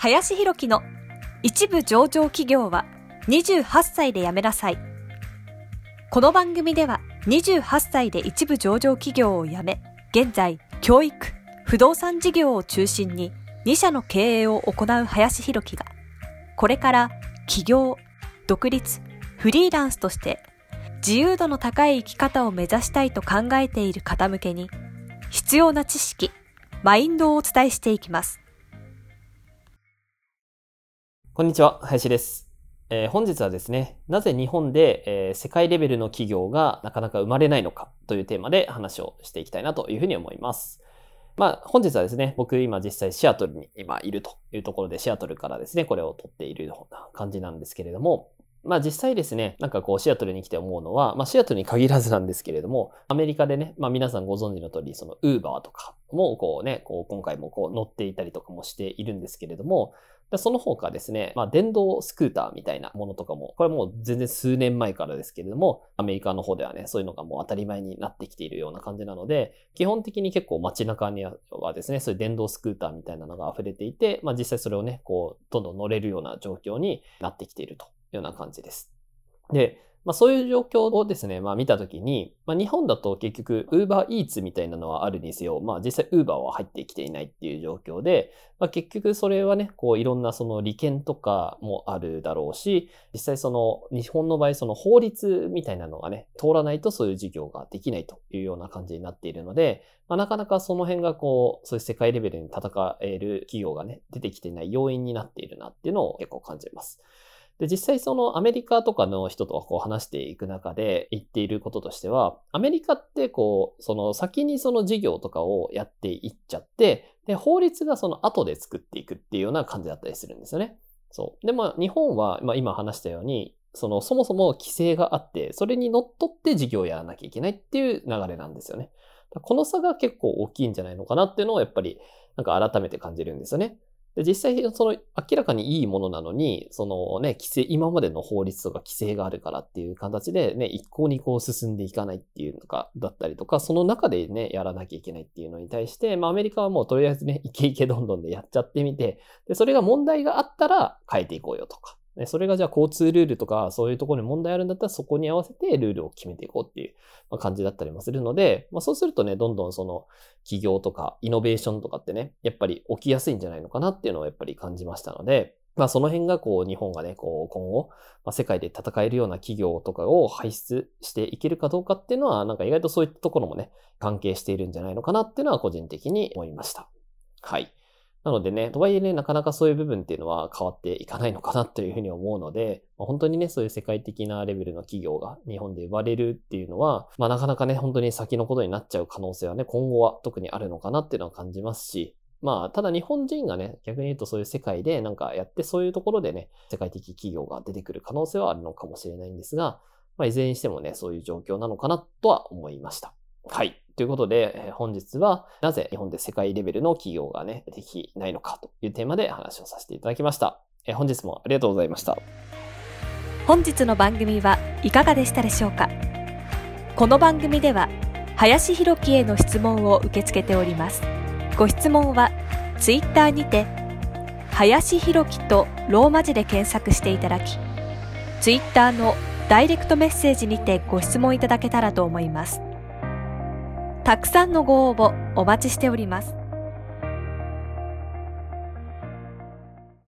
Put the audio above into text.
林弘樹の一部上場企業は28歳で辞めなさい。この番組では28歳で一部上場企業を辞め、現在教育、不動産事業を中心に2社の経営を行う林弘樹が、これから起業、独立、フリーランスとして自由度の高い生き方を目指したいと考えている方向けに必要な知識、マインドをお伝えしていきます。 こんにちは、林です。本日はですね、なぜ日本で、世界レベルの企業がなかなか生まれないのかというテーマで話をしていきたいなというふうに思います。本日はですね、僕今実際シアトルに今いるというところで、シアトルからですね、これを撮っているような感じなんですけれども、実際ですね、シアトルに来て思うのは、シアトルに限らずなんですけれども、アメリカでね、皆さんご存知の通り、その Uber とかも今回も乗っていたりとかもしているんですけれども、その他ですね、電動スクーターみたいなものとかも、これはもう全然数年前からですけれども、アメリカの方ではね、そういうのがもう当たり前になってきているような感じなので、基本的に結構街中にはですね、そういう電動スクーターみたいなのが溢れていて、実際それをね、どんどん乗れるような状況になってきているというような感じです。で、そういう状況をですね、見たときに、日本だと結局 Uber Eats みたいなのはあるにせよ、実際 Uber は入ってきていないっていう状況で、結局それはね、いろんなその利権とかもあるだろうし、実際その日本の場合その法律みたいなのがね、通らないとそういう事業ができないというような感じになっているので、なかなかその辺がそういう世界レベルに戦える企業がね、出てきていない要因になっているなっていうのを結構感じます。で、実際そのアメリカとかの人と話していく中で言っていることとしては、アメリカってその先にその事業とかをやっていっちゃって、で、法律がその後で作っていくっていうような感じだったりするんですよね。そう。で、日本は、今話したように、そもそも規制があって、それにのっとって事業をやらなきゃいけないっていう流れなんですよね。この差が結構大きいんじゃないのかなっていうのをやっぱり改めて感じるんですよね。で、実際、明らかにいいものなのに、規制、今までの法律とか規制があるからっていう形でね、一向に進んでいかないっていうのが、だったりとか、その中でね、やらなきゃいけないっていうのに対して、アメリカはもうとりあえずね、イケイケどんどんでやっちゃってみて、で、それが問題があったら変えていこうよとか。それがじゃあ交通ルールとか、そういうところに問題あるんだったら、そこに合わせてルールを決めていこうっていう感じだったりもするので、そうするとね、どんどん企業とかイノベーションとかってね、やっぱり起きやすいんじゃないのかなっていうのをやっぱり感じましたので、その辺が日本がね、今後、世界で戦えるような企業とかを輩出していけるかどうかっていうのは、意外とそういったところもね、関係しているんじゃないのかなっていうのは個人的に思いました。はい。なのでね、とはいえね、なかなかそういう部分っていうのは変わっていかないのかなというふうに思うので、本当にね、そういう世界的なレベルの企業が日本で生まれるっていうのは、なかなかね、本当に先のことになっちゃう可能性はね、今後は特にあるのかなっていうのは感じますし、ただ日本人がね、逆に言うとそういう世界でやってそういうところでね、世界的企業が出てくる可能性はあるのかもしれないんですが、いずれにしてもね、そういう状況なのかなとは思いました。はい。ということで、本日はなぜ日本で世界レベルの企業がね、出てきないのかというテーマで話をさせていただきました。本日もありがとうございました。 本日の番組はいかがでしたでしょうか。この番組では林弘樹への質問を受け付けております。ご質問はツイッターにて林弘樹とローマ字で検索していただき、ツイッターのダイレクトメッセージにてご質問いただけたらと思います。たくさんのご応募お待ちしております。